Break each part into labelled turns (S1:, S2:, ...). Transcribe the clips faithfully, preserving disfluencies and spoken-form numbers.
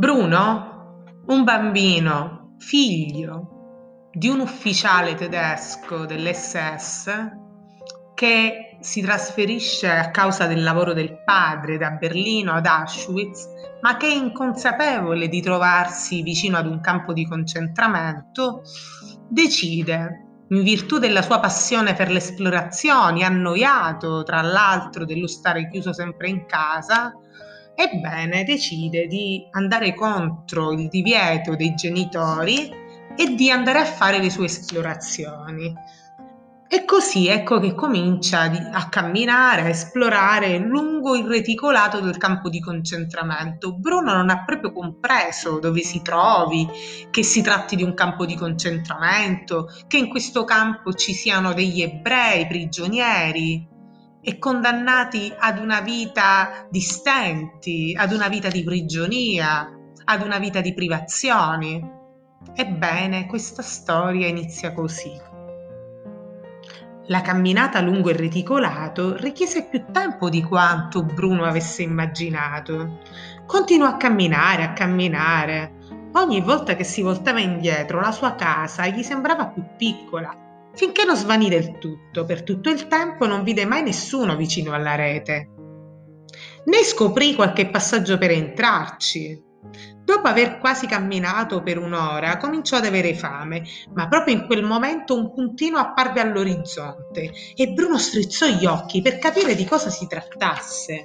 S1: Bruno, un bambino, figlio di un ufficiale tedesco dell'esse esse che si trasferisce a causa del lavoro del padre da Berlino ad Auschwitz, ma che è inconsapevole di trovarsi vicino ad un campo di concentramento, decide, in virtù della sua passione per le esplorazioni, annoiato tra l'altro dello stare chiuso sempre in casa, ebbene decide di andare contro il divieto dei genitori e di andare a fare le sue esplorazioni. E così ecco che comincia a camminare, a esplorare lungo il reticolato del campo di concentramento. Bruno non ha proprio compreso dove si trovi, che si tratti di un campo di concentramento, che in questo campo ci siano degli ebrei prigionieri e condannati ad una vita di stenti, ad una vita di prigionia, ad una vita di privazioni. Ebbene, questa storia inizia così. La camminata lungo il reticolato richiese più tempo di quanto Bruno avesse immaginato. Continuò a camminare, a camminare. Ogni volta che si voltava indietro, la sua casa gli sembrava più piccola, finché non svanì del tutto. Per tutto il tempo non vide mai nessuno vicino alla rete. Ne scoprì qualche passaggio per entrarci. Dopo aver quasi camminato per un'ora, cominciò ad avere fame, ma proprio in quel momento un puntino apparve all'orizzonte e Bruno strizzò gli occhi per capire di cosa si trattasse.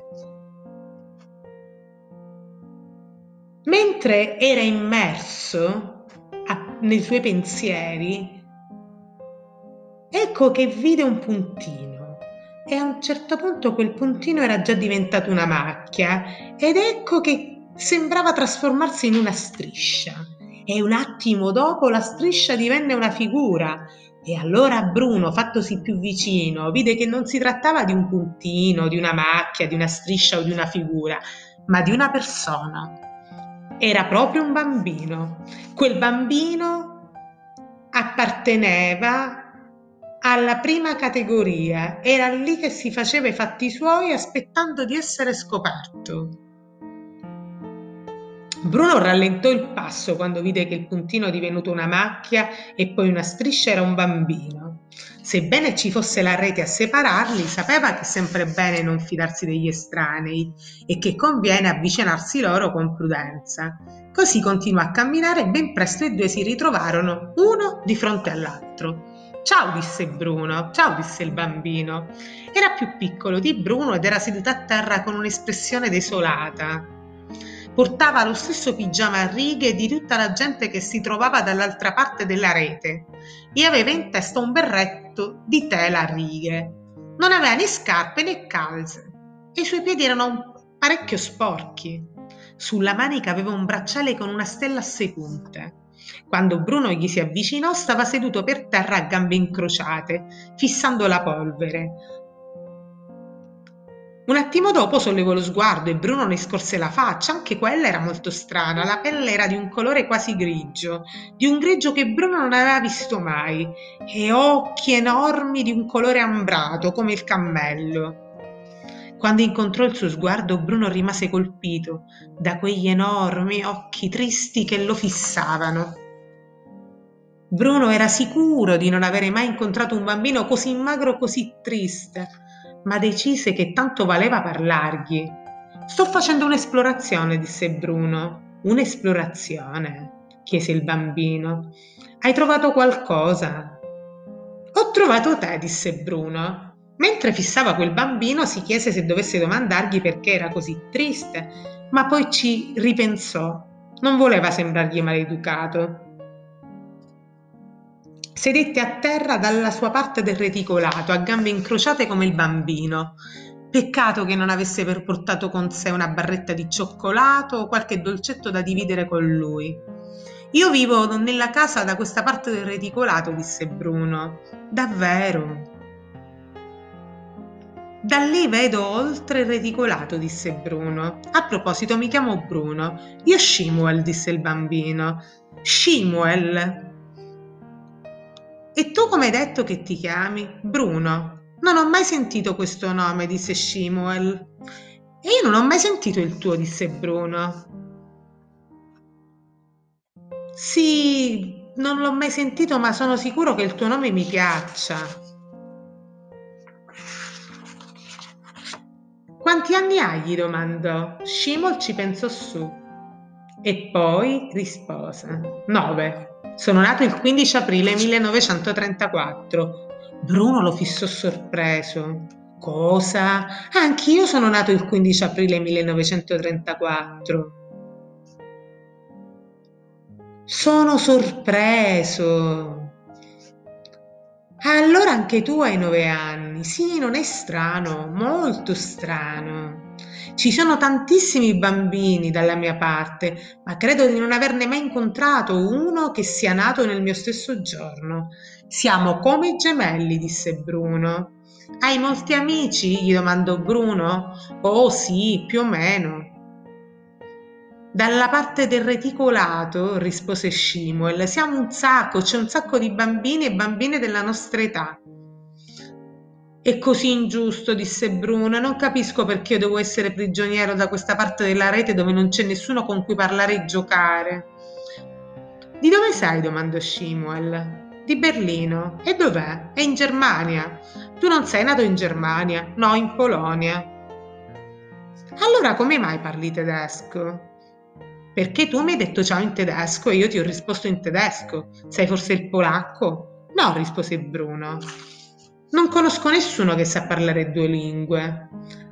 S1: Mentre era immerso a, nei suoi pensieri, ecco che vide un puntino e a un certo punto quel puntino era già diventato una macchia ed ecco che sembrava trasformarsi in una striscia e un attimo dopo la striscia divenne una figura e allora Bruno, fattosi più vicino, vide che non si trattava di un puntino, di una macchia, di una striscia o di una figura, ma di una persona. Era proprio un bambino. Quel bambino apparteneva alla prima categoria, era lì che si faceva i fatti suoi aspettando di essere scoperto. Bruno rallentò il passo quando vide che il puntino divenuto una macchia e poi una striscia era un bambino. Sebbene ci fosse la rete a separarli, sapeva che è sempre bene non fidarsi degli estranei e che conviene avvicinarsi loro con prudenza. Così continuò a camminare e ben presto i due si ritrovarono uno di fronte all'altro. «Ciao», disse Bruno. «Ciao», disse il bambino. Era più piccolo di Bruno ed era seduto a terra con un'espressione desolata. Portava lo stesso pigiama a righe di tutta la gente che si trovava dall'altra parte della rete e aveva in testa un berretto di tela a righe. Non aveva né scarpe né calze e i suoi piedi erano parecchio sporchi. Sulla manica aveva un bracciale con una stella a sei punte. Quando Bruno gli si avvicinò, stava seduto per terra a gambe incrociate, fissando la polvere. Un attimo dopo sollevò lo sguardo e Bruno ne scorse la faccia, anche quella era molto strana, la pelle era di un colore quasi grigio, di un grigio che Bruno non aveva visto mai, e occhi enormi di un colore ambrato, come il cammello. Quando incontrò il suo sguardo, Bruno rimase colpito da quegli enormi occhi tristi che lo fissavano. Bruno era sicuro di non avere mai incontrato un bambino così magro, così triste, ma decise che tanto valeva parlargli. «Sto facendo un'esplorazione», disse Bruno. «Un'esplorazione?» chiese il bambino. «Hai trovato qualcosa?» «Ho trovato te», disse Bruno. Mentre fissava quel bambino si chiese se dovesse domandargli perché era così triste, ma poi ci ripensò. Non voleva sembrargli maleducato. Sedette a terra dalla sua parte del reticolato, a gambe incrociate come il bambino. Peccato che non avesse portato con sé una barretta di cioccolato o qualche dolcetto da dividere con lui. «Io vivo nella casa da questa parte del reticolato», disse Bruno. «Davvero?» «Da lì vedo oltre il reticolato», disse Bruno. «A proposito, mi chiamo Bruno. Io Shemuel», disse il bambino. «Shemuel. E tu come hai detto che ti chiami?» «Bruno». «Non ho mai sentito questo nome», disse Shemuel. «E io non ho mai sentito il tuo», disse Bruno. Sì, non l'ho mai sentito, ma sono sicuro che il tuo nome mi piaccia. Quanti anni hai? Gli domandò. Scimol ci pensò su e poi rispose: Nove. Sono nato il quindici aprile millenovecentotrentaquattro. Bruno lo fissò sorpreso. Cosa? Anch'io sono nato il quindici aprile millenovecentotrentaquattro. Sono sorpreso. Allora anche tu hai nove anni. Sì, non è strano, molto strano. Ci sono tantissimi bambini dalla mia parte, ma credo di non averne mai incontrato uno che sia nato nel mio stesso giorno. Siamo come i gemelli, disse Bruno. Hai molti amici? Gli domandò Bruno. Oh sì, più o meno. Dalla parte del reticolato, rispose Scimuel, siamo un sacco, c'è un sacco di bambini e bambine della nostra età. È così ingiusto, disse Bruno, non capisco perché io devo essere prigioniero da questa parte della rete dove non c'è nessuno con cui parlare e giocare. Di dove sei? Domandò Scimuel. Di Berlino. E dov'è? È in Germania. Tu non sei nato in Germania? No, in Polonia. Allora come mai parli tedesco? Perché tu mi hai detto ciao in tedesco e io ti ho risposto in tedesco. Sei forse il polacco? No, rispose Bruno. Non conosco nessuno che sa parlare due lingue.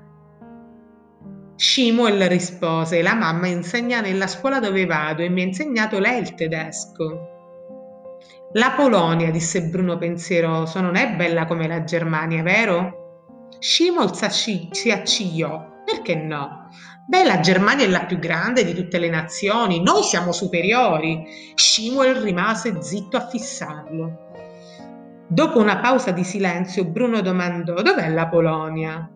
S1: Scimuel rispose, la mamma insegna nella scuola dove vado e mi ha insegnato lei il tedesco. La Polonia, disse Bruno pensieroso, non è bella come la Germania, vero? Scimuel si accigliò. Perché no? Beh, la Germania è la più grande di tutte le nazioni, noi siamo superiori. Scimuel rimase zitto a fissarlo. Dopo una pausa di silenzio, Bruno domandò: dov'è la Polonia?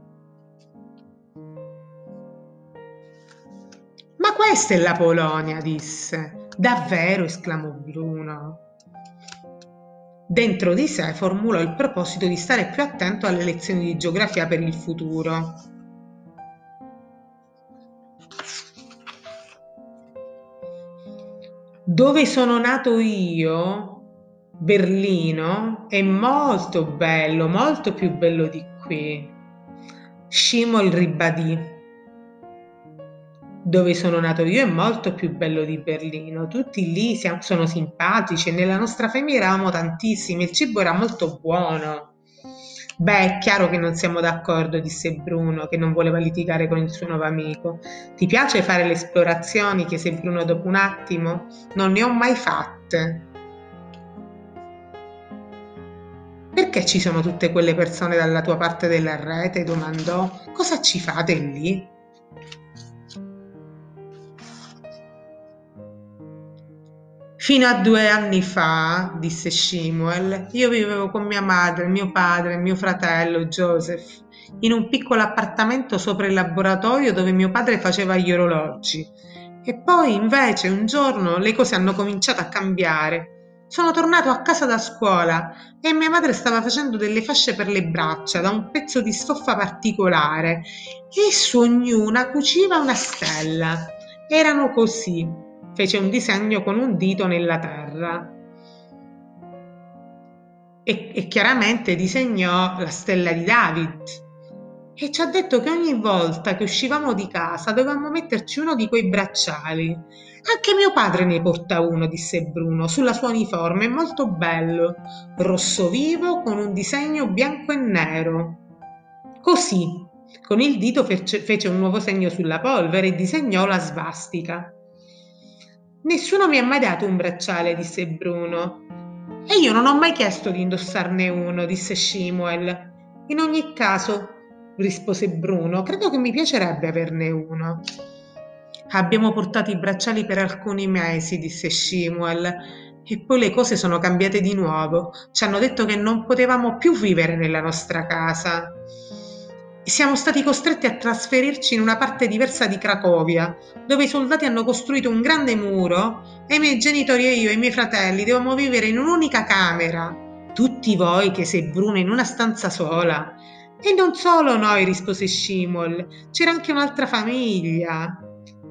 S1: Ma questa è la Polonia, disse. Davvero? Esclamò Bruno. Dentro di sé formulò il proposito di stare più attento alle lezioni di geografia per il futuro. Dove sono nato io, Berlino, è molto bello, molto più bello di qui. Scimuel ribadì. Dove sono nato io è molto più bello di Berlino, tutti lì siamo, sono simpatici e nella nostra famiglia eravamo tantissimi, il cibo era molto buono. Beh, è chiaro che non siamo d'accordo, disse Bruno, che non voleva litigare con il suo nuovo amico. Ti piace fare le esplorazioni? Chiese Bruno dopo un attimo. Non ne ho mai fatte. Perché ci sono tutte quelle persone dalla tua parte della rete? Domandò. Cosa ci fate lì? Fino a due anni fa, disse Scimuel, io vivevo con mia madre, mio padre e mio fratello Joseph in un piccolo appartamento sopra il laboratorio dove mio padre faceva gli orologi. E poi, invece, un giorno le cose hanno cominciato a cambiare. Sono tornato a casa da scuola e mia madre stava facendo delle fasce per le braccia da un pezzo di stoffa particolare e su ognuna cuciva una stella. Erano così. Fece un disegno con un dito nella terra e, e chiaramente disegnò la stella di David e ci ha detto che ogni volta che uscivamo di casa dovevamo metterci uno di quei bracciali. Anche mio padre ne porta uno, disse Bruno, sulla sua uniforme, è molto bello, rosso vivo con un disegno bianco e nero. Così, con il dito fece, fece un nuovo segno sulla polvere e disegnò la svastica. Nessuno mi ha mai dato un bracciale, disse Bruno. E io non ho mai chiesto di indossarne uno, disse Scimuel. In ogni caso, rispose Bruno, credo che mi piacerebbe averne uno. Abbiamo portato i bracciali per alcuni mesi, disse Scimuel, e poi le cose sono cambiate di nuovo. Ci hanno detto che non potevamo più vivere nella nostra casa. Siamo stati costretti a trasferirci in una parte diversa di Cracovia, dove i soldati hanno costruito un grande muro e i miei genitori e io e i miei fratelli dovevamo vivere in un'unica camera. Tutti voi, chiese Bruno, in una stanza sola. E non solo noi, rispose Scimuel, c'era anche un'altra famiglia.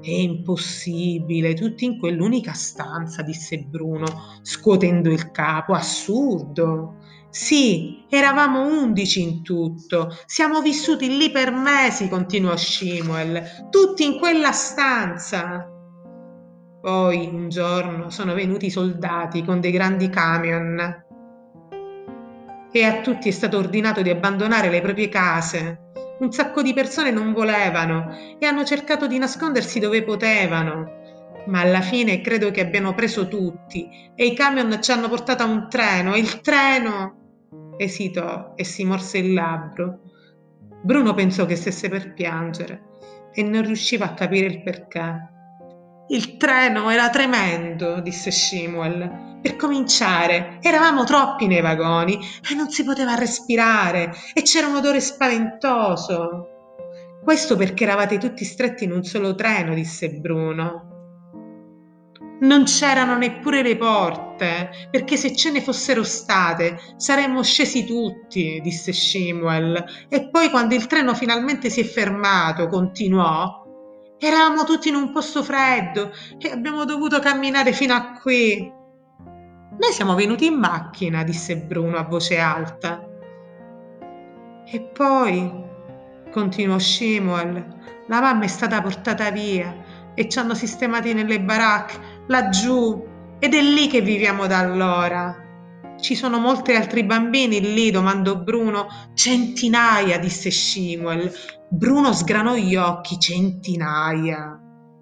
S1: È impossibile, tutti in quell'unica stanza, disse Bruno, scuotendo il capo. Assurdo. Sì, eravamo undici in tutto. Siamo vissuti lì per mesi, continuò Shmuel, tutti in quella stanza. Poi un giorno sono venuti i soldati con dei grandi camion e a tutti è stato ordinato di abbandonare le proprie case. Un sacco di persone non volevano e hanno cercato di nascondersi dove potevano, ma alla fine credo che abbiano preso tutti e i camion ci hanno portato a un treno e il treno esitò e si morse il labbro. Bruno pensò che stesse per piangere e non riusciva a capire il perché. Il treno era tremendo, disse Shmuel. Per cominciare, eravamo troppi nei vagoni e non si poteva respirare e c'era un odore spaventoso. Questo perché eravate tutti stretti in un solo treno, disse Bruno. Non c'erano neppure le porte, perché se ce ne fossero state saremmo scesi tutti, disse Shmuel. E poi quando il treno finalmente si è fermato, continuò, eravamo tutti in un posto freddo e abbiamo dovuto camminare fino a qui. Noi siamo venuti in macchina, disse Bruno a voce alta. E poi, continuò Shmuel, la mamma è stata portata via e ci hanno sistemati nelle baracche laggiù ed è lì che viviamo da allora. Ci sono molti altri bambini lì, domandò Bruno. Centinaia, disse Shmuel. Bruno sgranò gli occhi. Centinaia.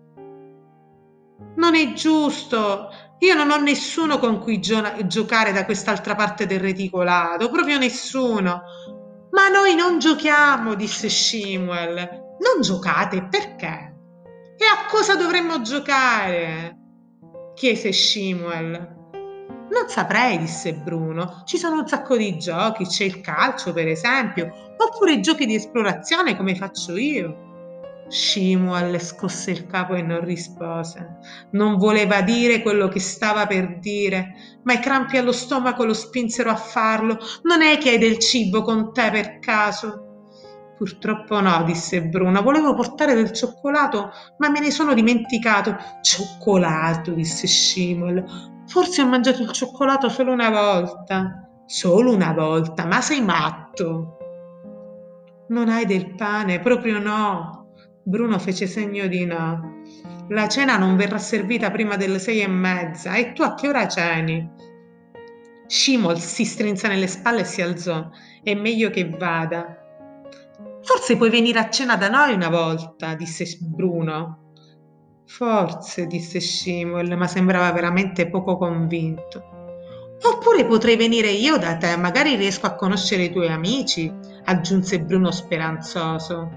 S1: Non è giusto. Io non ho nessuno con cui gio- giocare da quest'altra parte del reticolato, proprio nessuno. Ma noi non giochiamo, disse Shmuel. Non giocate, perché? E a cosa dovremmo giocare? Chiese Shmuel. Non saprei, disse Bruno. Ci sono un sacco di giochi, c'è il calcio, per esempio, oppure giochi di esplorazione come faccio io. Shmuel scosse il capo e non rispose. Non voleva dire quello che stava per dire, ma i crampi allo stomaco lo spinsero a farlo. Non è che hai del cibo con te per caso? Purtroppo no, disse Bruno. Volevo portare del cioccolato, ma me ne sono dimenticato. Cioccolato, disse Shmuel. Forse ho mangiato il cioccolato solo una volta. Solo una volta, ma sei matto. Non hai del pane? Proprio no. Bruno fece segno di no. La cena non verrà servita prima delle sei e mezza. E tu a che ora ceni? Shmuel si strinse nelle spalle e si alzò. È meglio che vada. Forse puoi venire a cena da noi una volta, disse Bruno. Forse, disse Shmuel, ma sembrava veramente poco convinto. Oppure potrei venire io da te, magari riesco a conoscere i tuoi amici, aggiunse Bruno speranzoso.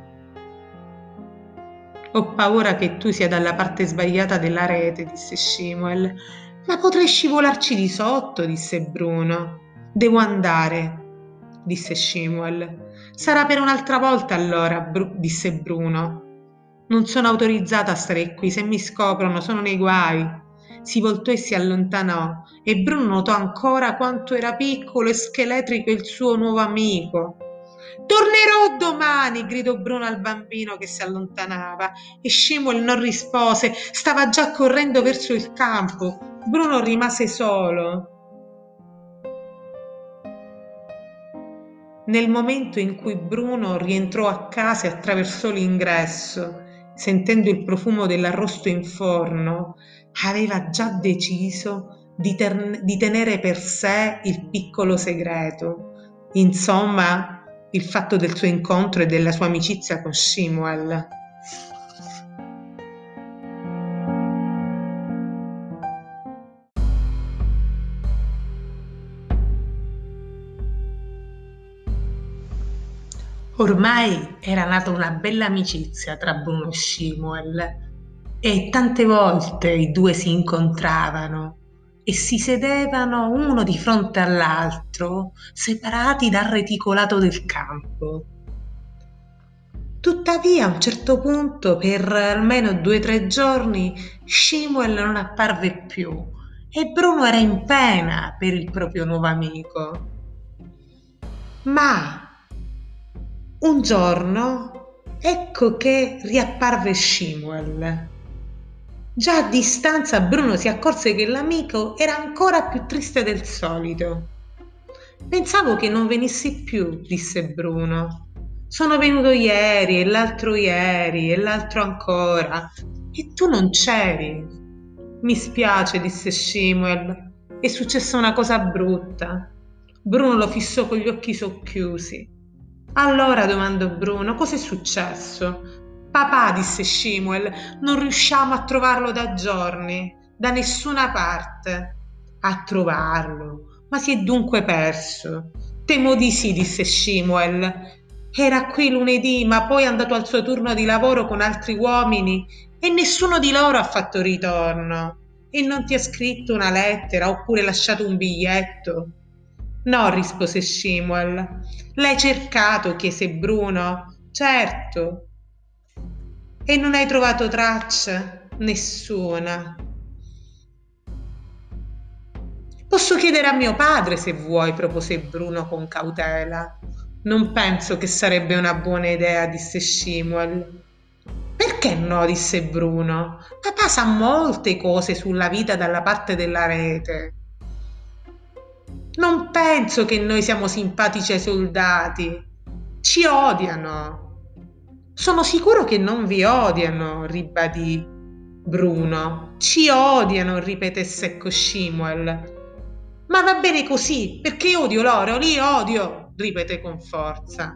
S1: Ho paura che tu sia dalla parte sbagliata della rete, disse Shmuel. Ma potrei scivolarci di sotto, disse Bruno. Devo andare, disse Shmuel. Sarà per un'altra volta allora, Bru- disse Bruno. Non sono autorizzata a stare qui, se mi scoprono sono nei guai. Si voltò e si allontanò e Bruno notò ancora quanto era piccolo e scheletrico il suo nuovo amico. Tornerò domani, gridò Bruno al bambino che si allontanava e Shmuel non rispose, stava già correndo verso il campo. Bruno rimase solo. Nel momento in cui Bruno rientrò a casa e attraversò l'ingresso, sentendo il profumo dell'arrosto in forno, aveva già deciso di, ter- di tenere per sé il piccolo segreto. Insomma, il fatto del suo incontro e della sua amicizia con Shmuel. Ormai era nata una bella amicizia tra Bruno e Shmuel e tante volte i due si incontravano e si sedevano uno di fronte all'altro, separati dal reticolato del campo. Tuttavia, a un certo punto, per almeno due o tre giorni, Shmuel non apparve più e Bruno era in pena per il proprio nuovo amico. Ma un giorno ecco che riapparve Shmuel. Già a distanza Bruno si accorse che l'amico era ancora più triste del solito. Pensavo che non venissi più, disse Bruno. Sono venuto ieri e l'altro ieri e l'altro ancora e tu non c'eri. Mi spiace, disse Shmuel. È successa una cosa brutta. Bruno lo fissò con gli occhi socchiusi. Allora, domandò Bruno, cosa è successo? Papà, disse Shmuel, non riusciamo a trovarlo da giorni, da nessuna parte. A trovarlo? Ma si è dunque perso? Temo di sì, disse Shmuel. Era qui lunedì, ma poi è andato al suo turno di lavoro con altri uomini e nessuno di loro ha fatto ritorno. E non ti ha scritto una lettera oppure lasciato un biglietto? No, rispose Shmuel. L'hai cercato? Chiese Bruno. Certo. E non hai trovato tracce? Nessuna. Posso chiedere a mio padre se vuoi, propose Bruno con cautela. Non penso che sarebbe una buona idea, disse Shmuel. Perché no? Disse Bruno. Papà sa molte cose sulla vita dalla parte della rete. Non penso che noi siamo simpatici ai soldati. Ci odiano. Sono sicuro che non vi odiano, ribadì Bruno. Ci odiano, ripeté secco Shmuel. Ma va bene così, perché odio loro, li odio, ripeté con forza.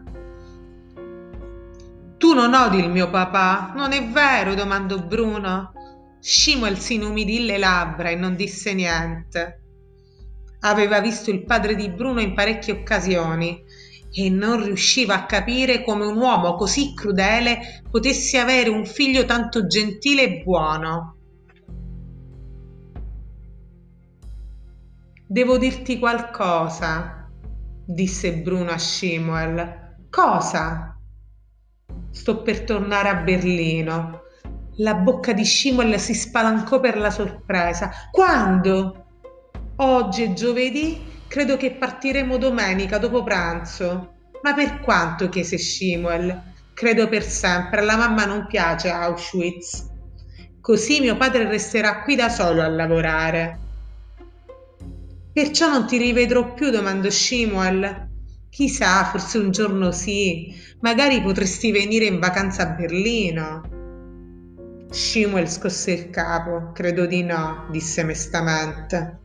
S1: Tu non odi il mio papà? Non è vero? Domandò Bruno. Shmuel si inumidì le labbra e non disse niente. Aveva visto il padre di Bruno in parecchie occasioni e non riusciva a capire come un uomo così crudele potesse avere un figlio tanto gentile e buono. Devo dirti qualcosa, disse Bruno a Shmuel. Cosa? Sto per tornare a Berlino. La bocca di Shmuel si spalancò per la sorpresa. Quando? Oggi è giovedì, credo che partiremo domenica dopo pranzo. Ma per quanto? Chiese Shmuel. Credo per sempre, alla mamma non piace Auschwitz. Così mio padre resterà qui da solo a lavorare. Perciò non ti rivedrò più? Domandò Shmuel. Chissà, forse un giorno sì, magari potresti venire in vacanza a Berlino. Shmuel scosse il capo. Credo di no, disse mestamente.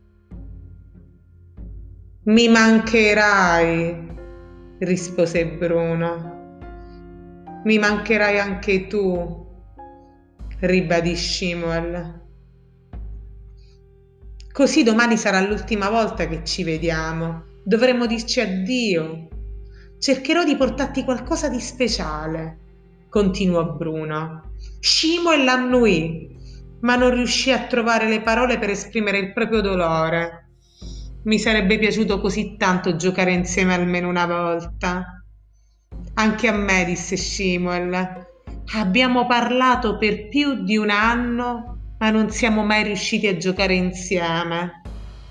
S1: Mi mancherai, rispose Bruno. Mi mancherai anche tu, ribadì Shmuel. Così domani sarà l'ultima volta che ci vediamo. Dovremo dirci addio. Cercherò di portarti qualcosa di speciale, continuò Bruno. Shmuel annuì, ma non riuscì a trovare le parole per esprimere il proprio dolore. Mi sarebbe piaciuto così tanto giocare insieme almeno una volta. Anche a me, disse Shmuel. Abbiamo parlato per più di un anno, ma non siamo mai riusciti a giocare insieme.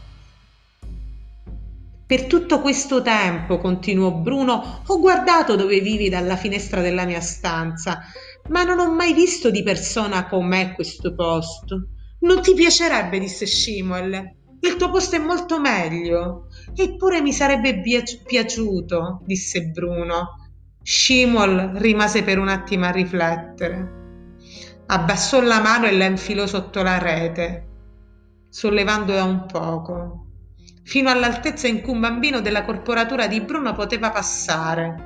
S1: Per tutto questo tempo, continuò Bruno, ho guardato dove vivi dalla finestra della mia stanza, ma non ho mai visto di persona com'è questo posto. Non ti piacerebbe, disse Shmuel. Il tuo posto è molto meglio. Eppure mi sarebbe pi- piaciuto, disse Bruno. Shmuel rimase per un attimo a riflettere. Abbassò la mano e la infilò sotto la rete, sollevandola un poco, fino all'altezza in cui un bambino della corporatura di Bruno poteva passare.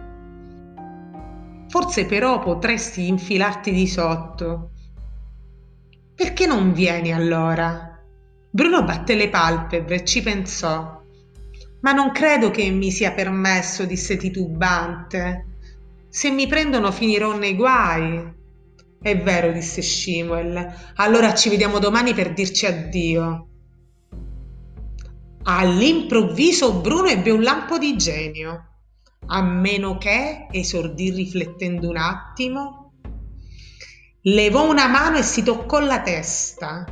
S1: Forse però potresti infilarti di sotto. Perché non vieni allora? Bruno batté le palpebre e ci pensò. Ma non credo che mi sia permesso, disse titubante. Se mi prendono finirò nei guai. È vero, disse Shmuel. Allora ci vediamo domani per dirci addio. All'improvviso Bruno ebbe un lampo di genio. A meno che, esordì riflettendo un attimo, levò una mano e si toccò la testa.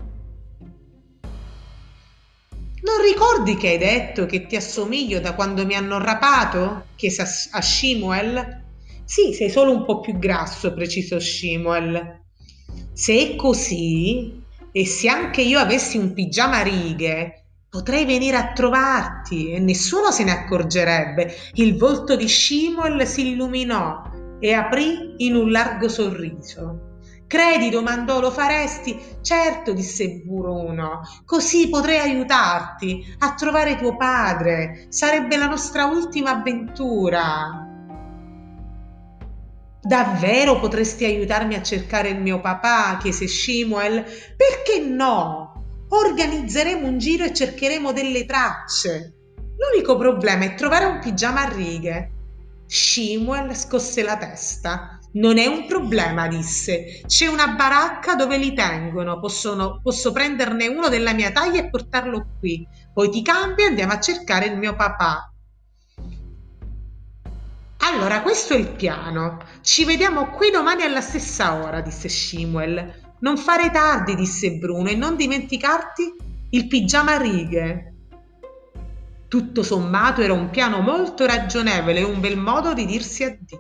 S1: Non ricordi che hai detto che ti assomiglio da quando mi hanno rapato? Chiese a Shmuel. Sì, sei solo un po' più grasso, precisò Shmuel. Se è così, E se anche io avessi un pigiama a righe, potrei venire a trovarti e nessuno se ne accorgerebbe. Il volto di Shmuel si illuminò e aprì in un largo sorriso. Credi, domandò, lo faresti? Certo, disse Bruno, così potrei aiutarti a trovare tuo padre. Sarebbe la nostra ultima avventura. Davvero potresti aiutarmi a cercare il mio papà? Chiese Shmuel. Perché no? Organizzeremo un giro e cercheremo delle tracce. L'unico problema è trovare un pigiama a righe. Shmuel scosse la testa. Non è un problema, disse. C'è una baracca dove li tengono. Possono, posso prenderne uno della mia taglia e portarlo qui. Poi ti cambio e andiamo a cercare il mio papà. Allora, questo è il piano. Ci vediamo qui domani alla stessa ora, disse Shmuel. Non fare tardi, disse Bruno, e non dimenticarti il pigiama a righe. Tutto sommato era un piano molto ragionevole e un bel modo di dirsi addio.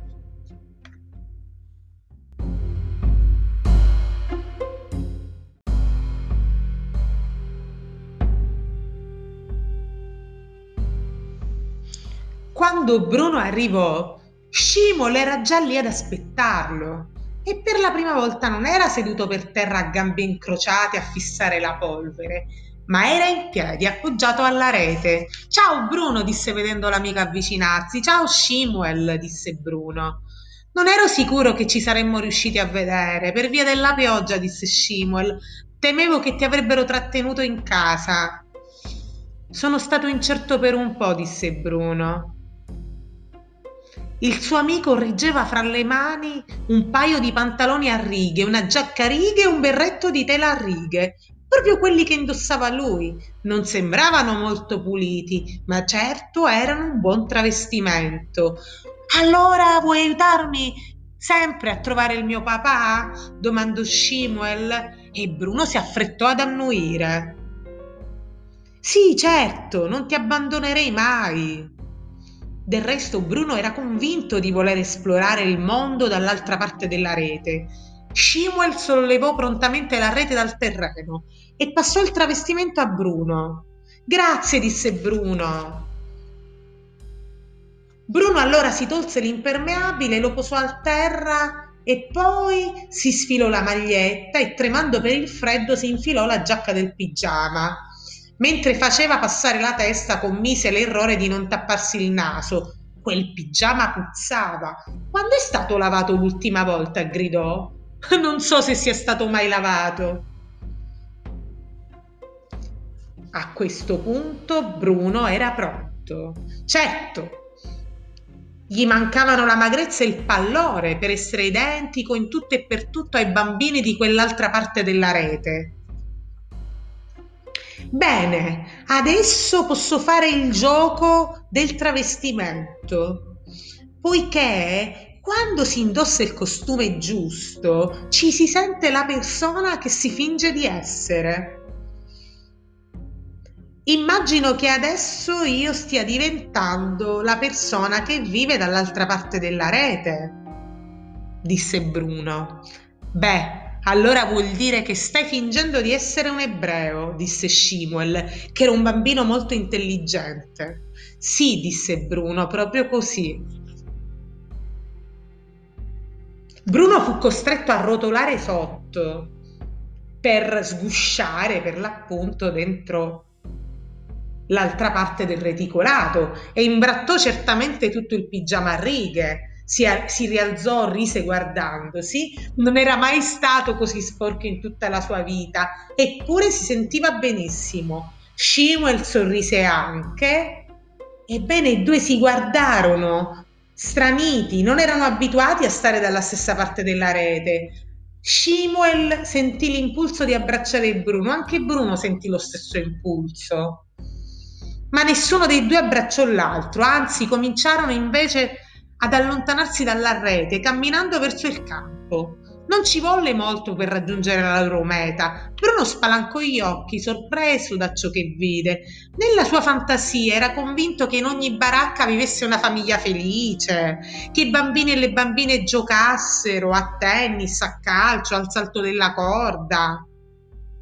S1: Quando Bruno arrivò, Shmuel era già lì ad aspettarlo e per la prima volta non era seduto per terra a gambe incrociate a fissare la polvere, ma era in piedi appoggiato alla rete. Ciao Bruno, disse vedendo l'amico avvicinarsi. Ciao Shmuel, disse Bruno. Non ero sicuro che ci saremmo riusciti a vedere per via della pioggia, disse Shmuel. Temevo che ti avrebbero trattenuto in casa. Sono stato incerto per un po', disse Bruno. Il suo amico reggeva fra le mani un paio di pantaloni a righe, una giacca a righe e un berretto di tela a righe, proprio quelli che indossava lui. Non sembravano molto puliti, ma certo erano un buon travestimento. Allora vuoi aiutarmi sempre a trovare il mio papà? Domandò Shmuel e Bruno si affrettò ad annuire. Sì, certo, non ti abbandonerei mai. Del resto Bruno era convinto di voler esplorare il mondo dall'altra parte della rete. Shmuel sollevò prontamente la rete dal terreno e passò il travestimento a Bruno. Grazie, disse Bruno. Bruno allora si tolse l'impermeabile, lo posò a terra e poi si sfilò la maglietta e tremando per il freddo si infilò la giacca del pigiama. Mentre faceva passare la testa commise l'errore di non tapparsi il naso. Quel pigiama puzzava. Quando è stato lavato l'ultima volta? Gridò. Non so se sia stato mai lavato. A questo punto Bruno era pronto. Certo, gli mancavano la magrezza e il pallore per essere identico in tutto e per tutto ai bambini di quell'altra parte della rete. Bene, adesso posso fare il gioco del travestimento, poiché quando si indossa il costume giusto ci si sente la persona che si finge di essere. Immagino che adesso io stia diventando la persona che vive dall'altra parte della rete, disse Bruno. Beh, allora vuol dire che stai fingendo di essere un ebreo, disse Shmuel, che era un bambino molto intelligente. Sì, disse Bruno, proprio così. Bruno fu costretto a rotolare sotto per sgusciare per l'appunto dentro l'altra parte del reticolato e imbrattò certamente tutto il pigiama a righe. Si, si rialzò, rise guardandosi, non era mai stato così sporco in tutta la sua vita, eppure si sentiva benissimo. Shmuel sorrise anche. Ebbene, i due si guardarono, straniti, non erano abituati a stare dalla stessa parte della rete. Shmuel sentì l'impulso di abbracciare Bruno, anche Bruno sentì lo stesso impulso. Ma nessuno dei due abbracciò l'altro, anzi cominciarono invece ad allontanarsi dalla rete, camminando verso il campo. Non ci volle molto per raggiungere la loro meta. Bruno spalancò gli occhi, sorpreso da ciò che vide. Nella sua fantasia era convinto che in ogni baracca vivesse una famiglia felice, che i bambini e le bambine giocassero a tennis, a calcio, al salto della corda.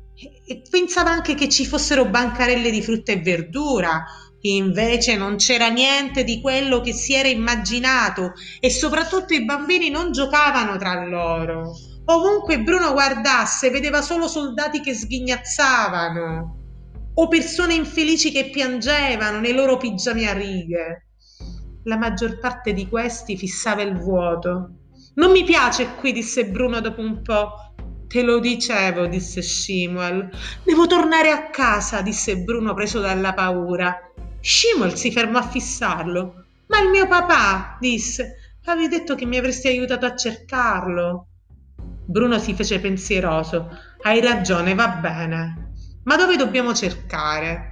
S1: e pensava anche che ci fossero bancarelle di frutta e verdura. Invece non c'era niente di quello che si era immaginato e soprattutto i bambini non giocavano tra loro. Ovunque Bruno guardasse vedeva solo soldati che sghignazzavano o persone infelici che piangevano nei loro pigiami a righe. La maggior parte di questi fissava il vuoto. Non mi piace qui, disse Bruno dopo un po'. Te lo dicevo, disse Shmuel. Devo tornare a casa, disse Bruno preso dalla paura. Shmuel si fermò a fissarlo. Ma il mio papà, disse. Avevi detto che mi avresti aiutato a cercarlo. Bruno si fece pensieroso. Hai ragione, va bene. Ma dove dobbiamo cercare?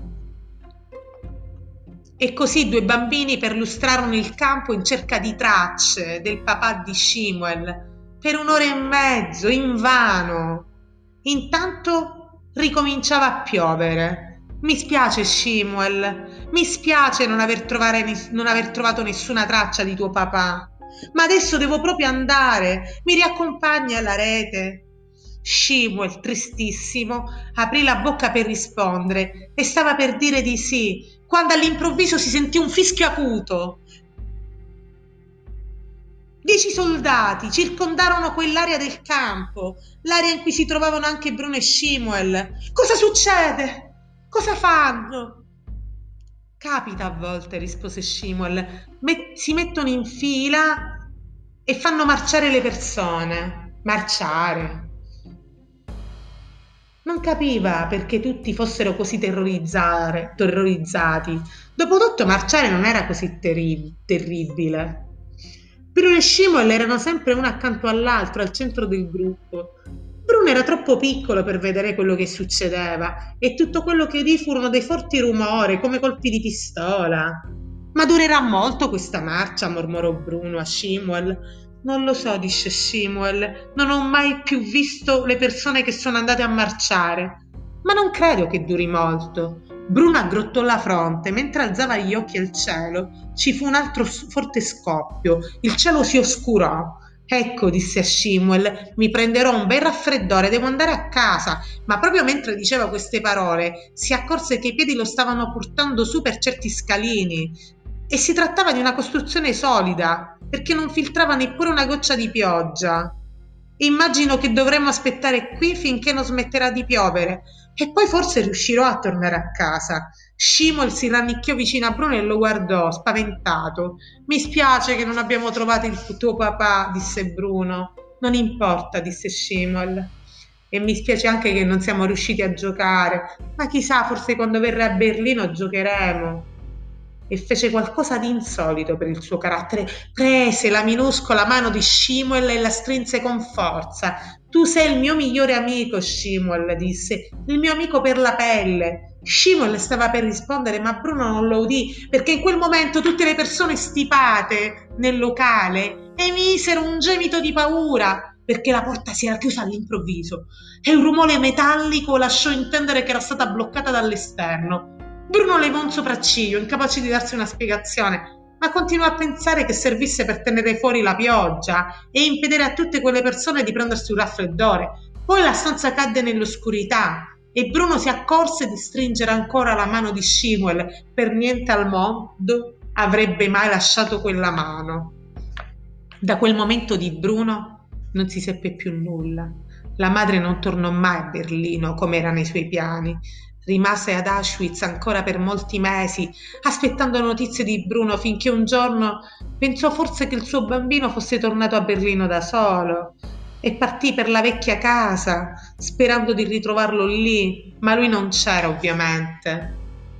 S1: E così i due bambini perlustrarono il campo in cerca di tracce del papà di Shmuel per un'ora e mezzo, invano. Intanto ricominciava a piovere. Mi spiace, Shmuel, mi spiace non aver, trovare, non aver trovato nessuna traccia di tuo papà. Ma adesso devo proprio andare. Mi riaccompagni alla rete? Shmuel, tristissimo, aprì la bocca per rispondere e stava per dire di sì, quando all'improvviso si sentì un fischio acuto. Dieci soldati circondarono quell'area del campo, l'area in cui si trovavano anche Bruno e Shmuel. Cosa succede? Cosa fanno? Capita a volte, rispose Shmuel. Met- si mettono in fila e fanno marciare le persone. Marciare. Non capiva perché tutti fossero così terrorizzare, terrorizzati. Dopotutto marciare non era così terri- terribile. Bruno e Shmuel erano sempre uno accanto all'altro, al centro del gruppo. Bruno era troppo piccolo per vedere quello che succedeva e tutto quello che udì furono dei forti rumori, come colpi di pistola. Ma durerà molto questa marcia, mormorò Bruno a Shmuel. Non lo so, disse Shmuel, non ho mai più visto le persone che sono andate a marciare. Ma non credo che duri molto. Bruno aggrottò la fronte mentre alzava gli occhi al cielo. Ci fu un altro forte scoppio. Il cielo si oscurò. Ecco, disse a Shmuel, mi prenderò un bel raffreddore, devo andare a casa. Ma proprio mentre diceva queste parole, si accorse che i piedi lo stavano portando su per certi scalini. E si trattava di una costruzione solida, perché non filtrava neppure una goccia di pioggia. Immagino che dovremo aspettare qui finché non smetterà di piovere e poi forse riuscirò a tornare a casa. Shmuel si rannicchiò vicino a Bruno e lo guardò, spaventato. Mi spiace che non abbiamo trovato il tuo papà, disse Bruno. Non importa, disse Shmuel. E mi spiace anche che non siamo riusciti a giocare, ma chissà, forse quando verrà a Berlino giocheremo. E fece qualcosa di insolito per il suo carattere. Prese la minuscola mano di Shmuel e la strinse con forza. Tu sei il mio migliore amico, Shmuel, disse, il mio amico per la pelle. Shmuel stava per rispondere, ma Bruno non lo udì, perché in quel momento tutte le persone stipate nel locale emisero un gemito di paura, perché la porta si era chiusa all'improvviso e un rumore metallico lasciò intendere che era stata bloccata dall'esterno. Bruno levò un sopracciglio, incapace di darsi una spiegazione, ma continuò a pensare che servisse per tenere fuori la pioggia e impedire a tutte quelle persone di prendersi un raffreddore. Poi la stanza cadde nell'oscurità e Bruno si accorse di stringere ancora la mano di Shmuel. Per niente al mondo avrebbe mai lasciato quella mano. Da quel momento di Bruno non si seppe più nulla. La madre non tornò mai a Berlino come era nei suoi piani. Rimase ad Auschwitz ancora per molti mesi, aspettando notizie di Bruno, finché un giorno pensò forse che il suo bambino fosse tornato a Berlino da solo e partì per la vecchia casa, sperando di ritrovarlo lì, ma lui non c'era ovviamente.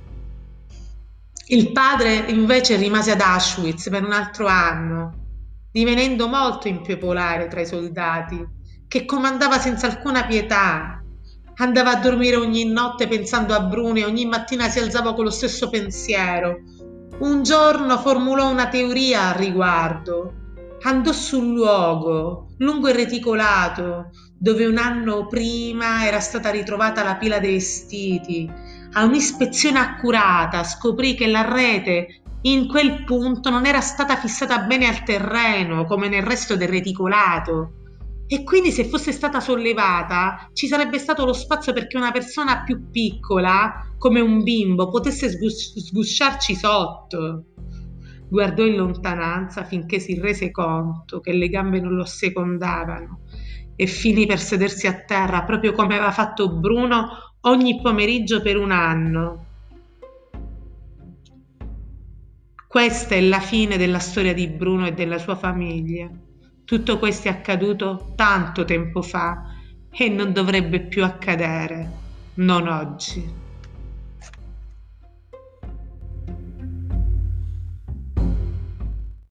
S1: Il padre invece rimase ad Auschwitz per un altro anno, divenendo molto impopolare tra i soldati, che comandava senza alcuna pietà. Andava a dormire ogni notte pensando a Bruno e ogni mattina si alzava con lo stesso pensiero. Un giorno formulò una teoria al riguardo. Andò sul luogo, lungo il reticolato, dove un anno prima era stata ritrovata la pila dei vestiti. A un'ispezione accurata scoprì che la rete in quel punto non era stata fissata bene al terreno, come nel resto del reticolato. E quindi se fosse stata sollevata ci sarebbe stato lo spazio perché una persona più piccola, come un bimbo, potesse sgus- sgusciarci sotto. Guardò in lontananza finché si rese conto che le gambe non lo secondavano e finì per sedersi a terra proprio come aveva fatto Bruno ogni pomeriggio per un anno. Questa è la fine della storia di Bruno e della sua famiglia. Tutto questo è accaduto tanto tempo fa e non dovrebbe più accadere, non oggi.